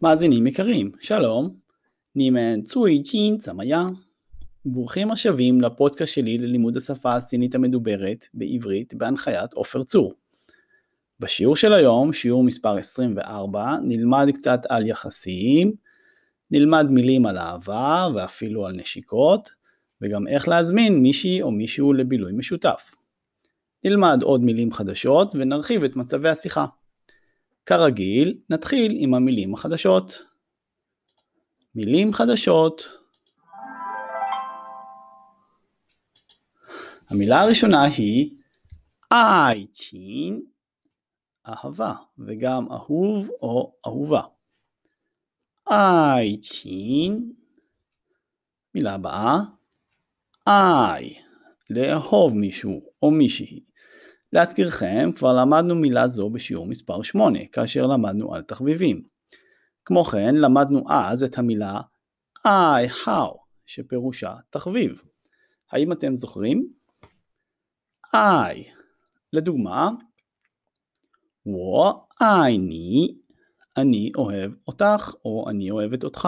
מאזינים יקרים, שלום, 你们最近怎么样? ברוכים השבים לפודקאסט שלי ללימוד השפה הסינית המדוברת בעברית בהנחיית עופר צור. בשיעור של היום, שיעור מספר 24, נלמד קצת על יחסים, נלמד מילים על אהבה ואפילו על נשיקות, וגם איך להזמין מישהי או מישהו לבילוי משותף. נלמד עוד מילים חדשות ונרחיב את מצבי השיחה. כרגיל, נתחיל עם המילים החדשות. מילים חדשות. המילה הראשונה היא אייצ'ין, אהבה, וגם אהוב או אהובה. אייצ'ין. מילה הבאה, איי, לאהוב מישהו או מישהי. להזכירכם, כבר למדנו מילה זו בשיעור מספר 8, כאשר למדנו על תחביבים. כמו כן, למדנו אז את המילה איי האו, שפירושה תחביב. האם אתם זוכרים? איי. לדוגמה, 我爱你, אני אוהב אותך או אני אוהבת אותך.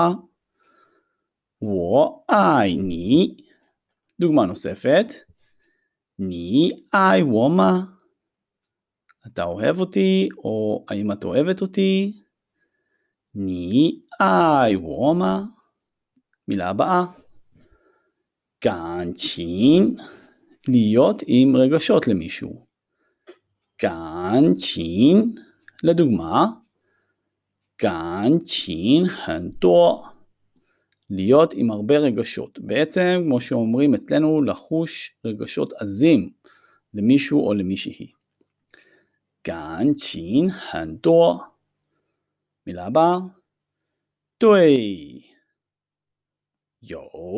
我爱你. דוגמה נוספת, 你爱我吗? אתה אוהב אותי או האם את אוהבת אותי? 你爱我吗? מילה הבאה, 感情, להיות עם רגשות למישהו. 感情, לדוגמה, 感情很多, להיות עם הרבה רגשות. בעצם, כמו שאומרים אצלנו, לחוש רגשות עזים למישהו או למישהי. 感情很多. מילה הבאה, 对, 有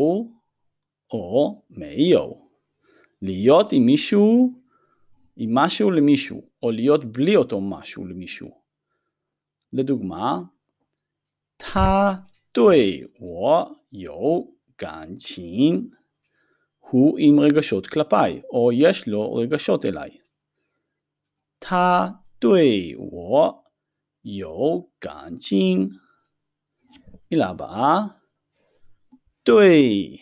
או 没有. להיות עם מישהו, עם משהו למישהו, או להיות בלי אותו משהו למישהו. לדוגמה, 他对我有感情. הוא עם רגשות כלפיי, או יש לו רגשות אליי. 他对我有感情. מילה הבאה, 对,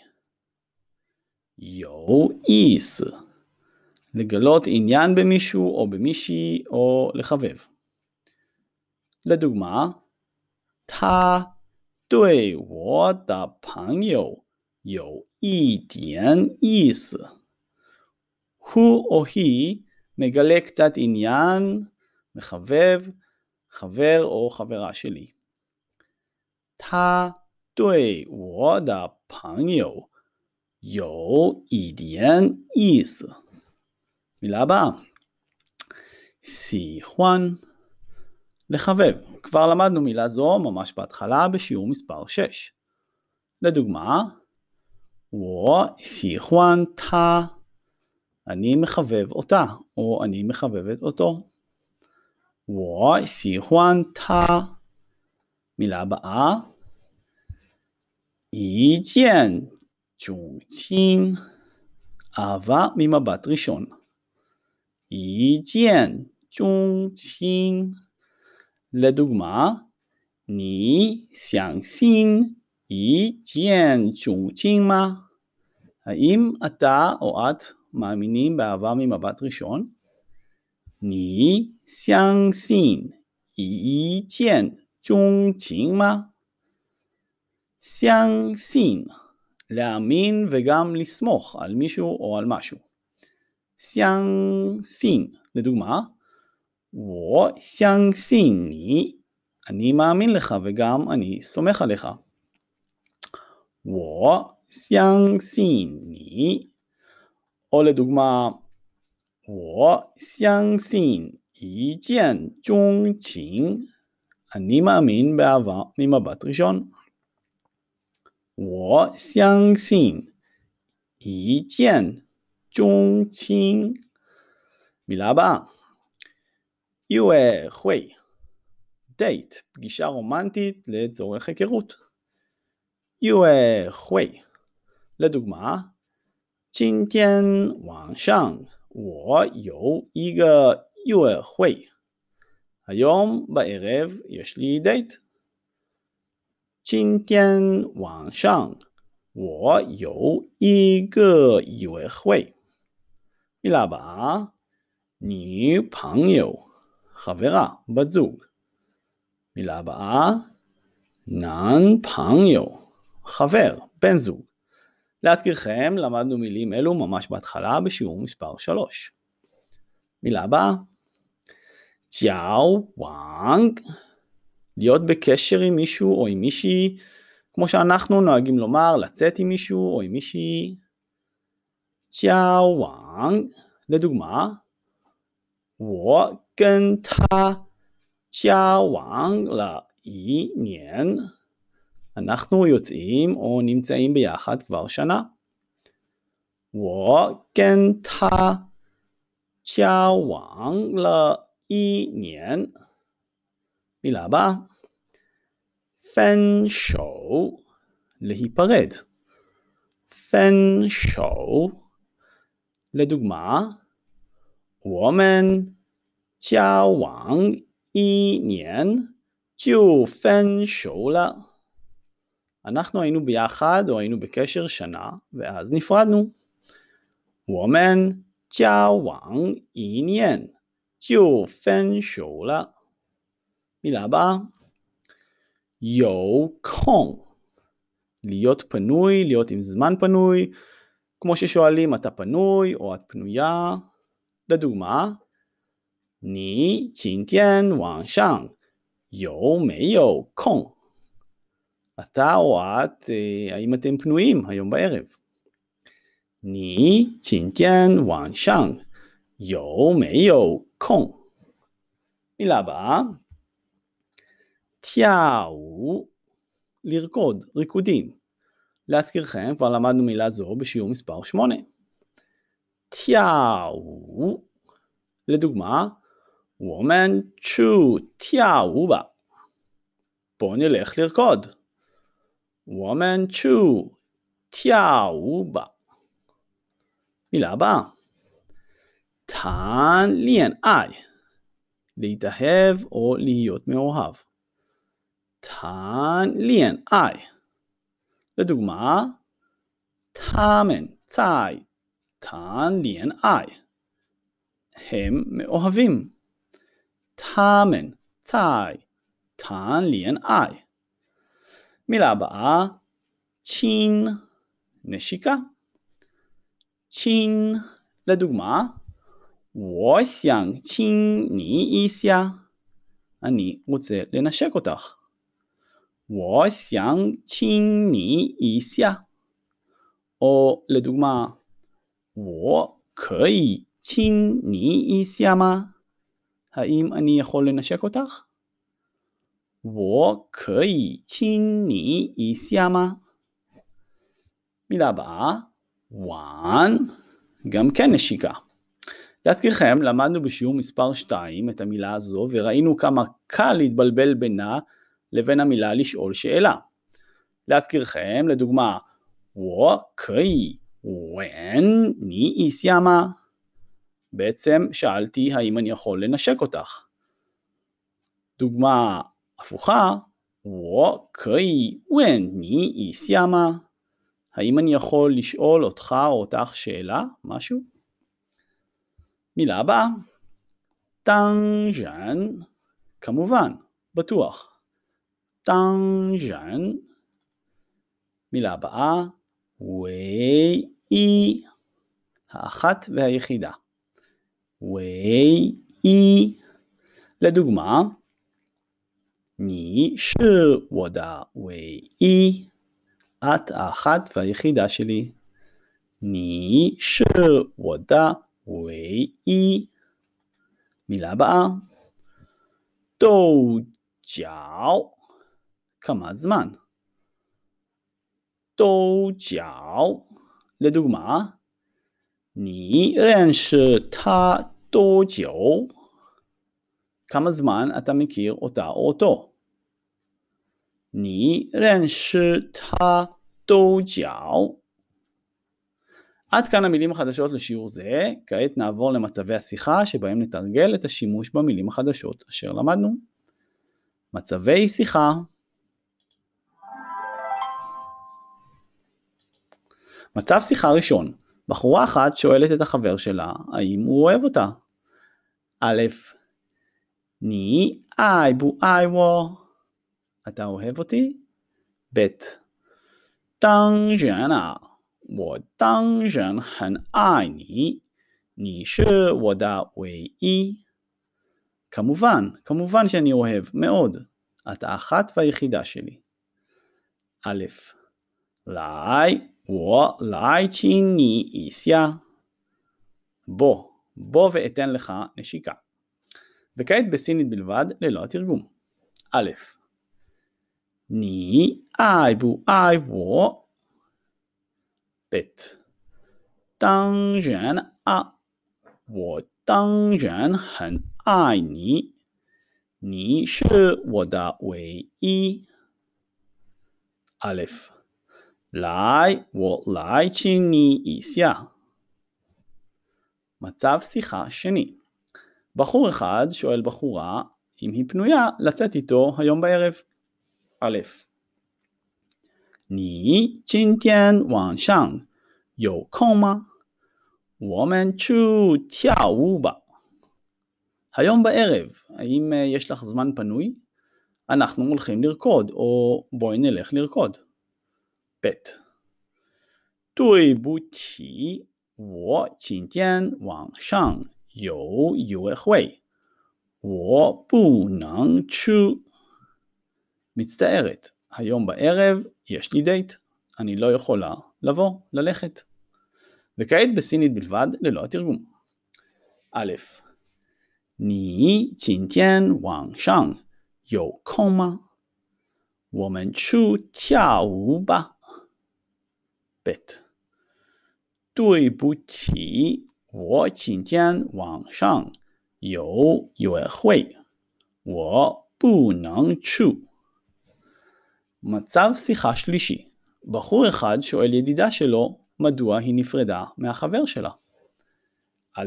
有意思. לגלות עניין במישהו או במישהי או לחבב. לדוגמה, 他对我的朋友有一点意思. הוא או היא מגלה קצת עניין, מחבב, חבר או חברה שלי. 他对我的朋友有一点意思. מילה הבאה, 喜欢, לחבב. כבר למדנו מילה זו ממש בהתחלה בשיעור מספר 6. לדוגמה, 我喜欢他, אני מחבב אותה, או אני מחבבת אותו. 我喜欢他. מילה הבאה, 一见钟情, אהבה ממבט ראשון. 一见钟情. לדוגמה, 你相信一见钟情吗? האם אתה או את מאמינים באהבה ממבט ראשון? 你相信一见钟情吗? 相信, להאמין וגם לסמוך על מישהו או על משהו. 相信, לדוגמה, 我相信你, אני מאמין לך וגם אני סומך עליך. 我相信你. או לדוגמה, 我相信一见钟情, אני מאמין באהבה ממבט ראשון. 我相信一见钟情. מילה הבאה, 约会, דייט, פגישה רומנטית לצורך היכרות. 约会. לדוגמה, 今天晚上我有一个约会. היום בערב יש לי דייט. 今天晚上我有一个约会. מילה הבאה, 女朋友, חברה, בת זוג. מילה הבאה, 男朋友, חבר, בן זוג. להזכירכם, למדנו מילים אלו ממש בהתחלה בשיעור מספר 3. מילה הבאה, 交往, להיות בקשר עם מישהו או עם מישהי, כמו שאנחנו נוהגים לומר, לצאת עם מישהו או עם מישהי. 交往, לדוגמה, 我跟他交往了一年. אנחנו יוצאים או נמצאים ביחד כבר שנה. 我跟他交往了一年. מילה הבאה, 分手, להיפרד. 分手, לדוגמה, 我们交往一年就分手了. אנחנו היינו ביחד או היינו בקשר שנה ואז נפרדנו. 我们交往一年就分手了. מילה הבאה, 有空, להיות פנוי, להיות עם זמן פנוי, כמו ששואלים אתה פנוי או את פנויה. לדוגמה, 你今天晚上有没有空? אתה או את, האם אתם פנויים היום בערב? 你今天晚上有没有空? מילה הבאה, 跳舞, לרקוד, ריקודים. להזכירכם, כבר למדנו מילה זו בשיעור מספר 8. 跳舞, לדוגמה, 我们去跳舞吧. בוא נלך לרקוד. 我们去跳舞吧. מילה הבאה, 谈恋爱, להתאהב או להיות מאוהב. 谈恋爱, לדוגמה, 他们在谈恋爱. הם מאוהבים. 他们在谈恋爱. מילה הבאה, 亲, נשיקה. 亲, לדוגמה, 我想亲你一下. אני רוצה לנשק אותך. 我想亲你一下. או לדוגמה, 我可以亲你一下吗? האם אני יכול לנשק אותך? 我可以亲你一下吗? מילה הבאה, 玩, גם כן נשיקה. להזכירכם, למדנו בשיעור מספר 2 את המילה הזו, וראינו כמה קל להתבלבל בינה לבין המילה לשאול שאלה. להזכירכם, לדוגמה, 我可以吻你一下吗? בעצם שאלתי האם אני יכול לנשק אותך. דוגמה הפוכה, 我可以吻你一下吗? האם אני יכול לשאול אותך או אותך שאלה, משהו? מילה הבאה, 当然, כמובן, בטוח. 当然. מילה הבאה, 唯一, האחת והיחידה. 唯一. לדוגמה, 你是我的唯一. את האחת והיחידה שלי. 你是我的唯一. מילה הבאה, 斗角, כמה זמן. 斗角. לדוגמה, 你认识他多久? כמה זמן אתה מכיר אותה או אותו? 你认识他多久? עד כאן המילים החדשות לשיעור זה. כעת נעבור למצבי השיחה שבהם נתרגל את השימוש במילים החדשות אשר למדנו. מצבי שיחה. מצב שיחה ראשון, בחורה אחת שואלת את החבר שלה האם הוא אוהב אותה. א', ני איי בו איי וו, אתה אוהב אותי? ב', תנג ז'ן אה, וו תנג ז'ן הן איי ני, ני שוו דה ווי אי. כמובן שאני אוהב מאוד, אתה האחת והיחידה שלי. א', לאי וו לאי צ'ין ני איסיה, בוא ואתן לך נשיקה. וכעת בסינית בלבד ללא התרגום. א', ני איי בו איי וו, ב', תנג ז'ן אה, וו תנג ז'ן הן איי ני, ני שוו דה ווי אי. א', לאי וו לאי צ'ין ני איסיה. מצב שיחה שני, בחור אחד שואל בחורה אם היא פנויה לצאת איתו היום בערב. א', ני今天晚上有空吗？我们去跳舞吧。היום בערב, האם יש לך זמן פנוי? אנחנו הולכים לרקוד, או בואי נלך לרקוד. ב', 对不起，我今天晚上有约会，我不能去。מצטערת, היום בערב יש לי דייט, אני לא יכולה ללכת. וכעת בסינית בלבד ללא התרגום. א', 你今天晚上有空吗？我们去跳舞吧。b't, 对不起，我今天晚上有约会，我不能去。מצב שיחה שלישי, בחור אחד שואל ידידה שלו מדוע היא נפרדה מהחבר שלה. א',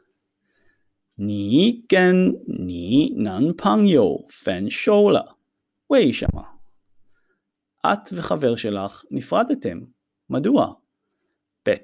你跟你男朋友分手了，为什么？את וחבר שלך נפרדתם, מדוע? ב',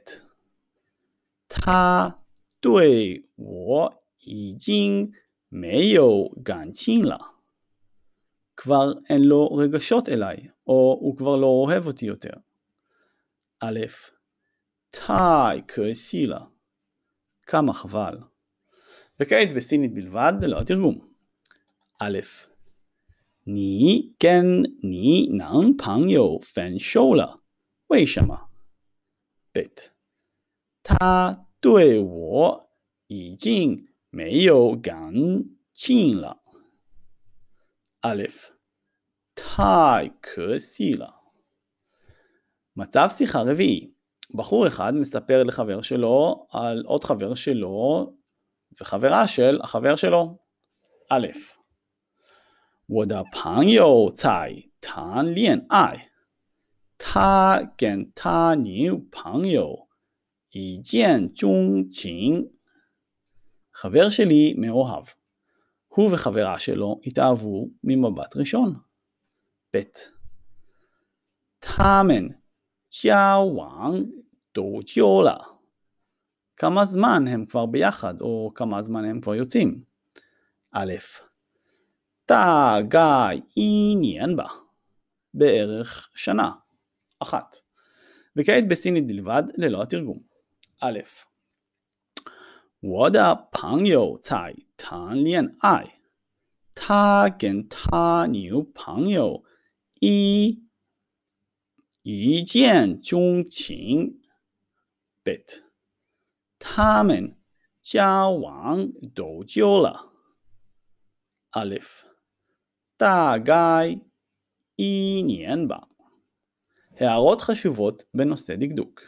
他对我已经没有感情了. כבר אין לו רגשות אליי, או הוא כבר לא אוהב אותי יותר. א', 太可惜了, כמה חבל. וכעת בסינית בלבד ללא תרגום. א', 你跟你男朋友分手了，为什么？ ב', 他对我已经没有感情了。א', 太可惜了. מצב שיחה רביעי, בחור אחד מספר לחבר שלו על עוד חבר שלו וחברה של החבר שלו. א', 我的朋友在谈恋爱，他跟他女朋友一见钟情. חבר שלי מאוהב, הוא וחברה שלו התאהבו ממבט ראשון. ב', 他们交往多久了? כמה זמן הם כבר ביחד, או כמה זמן הם כבר יוצאים? א', 大概1年吧, בערך שנה אחת. וכעת בסינית בלבד ללא התרגום. א', 我的朋友在谈恋爱，他跟他女朋友一见钟情。b't, 他们交往多久了? א', 大概1年吧. הערות חשובות בנושא דקדוק.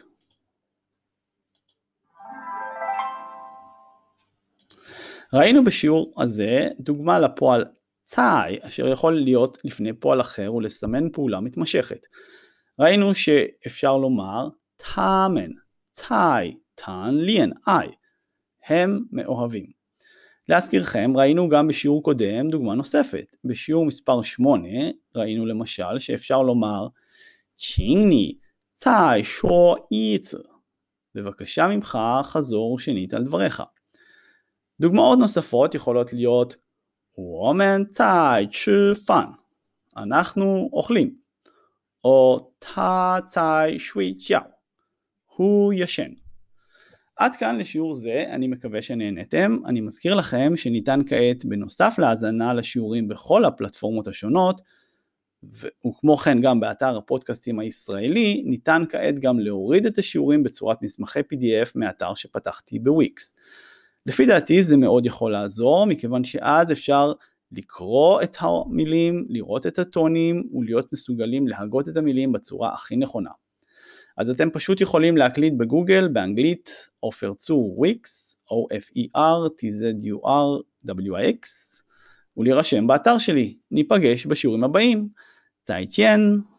ראינו בשיעור הזה דוגמה לפועל צאי, אשר יכול להיות לפני פועל אחר ולסמן פעולה מתמשכת. ראינו שאפשר לומר תאמן, צאי, תן ליאן, איי, הם מאוהבים. להזכירכם, ראינו גם בשיעור קודם דוגמה נוספת. בשיעור מספר 8 ראינו למשל שאפשר לומר צ'ינגני 再说一次. בבקשה ממך, חזור שנית על דבריך. דוגמאות נוספות יכולות להיות 我们在吃饭. אנחנו אוכלים. או 他在睡觉. הוא ישן. עד כאן לשיעור זה, אני מקווה שנהנתם. אני מזכיר לכם שניתן כעת בנוסף להאזנה לשיעורים בכל הפלטפורמות השונות, וכמו כן גם באתר הפודקאסטים הישראלי, ניתן כעת גם להוריד את השיעורים בצורת מסמכי PDF מאתר שפתחתי בוויקס. לפי דעתי זה מאוד יכול לעזור, מכיוון שאז אפשר לקרוא את המילים, לראות את הטונים, ולהיות מסוגלים להגות את המילים בצורה הכי נכונה. אז אתם פשוט יכולים להקליד בגוגל באנגלית עופר צור וויקס, OFERTZURWIX, ולהירשם באתר שלי. ניפגש בשיעורים הבאים. 再见.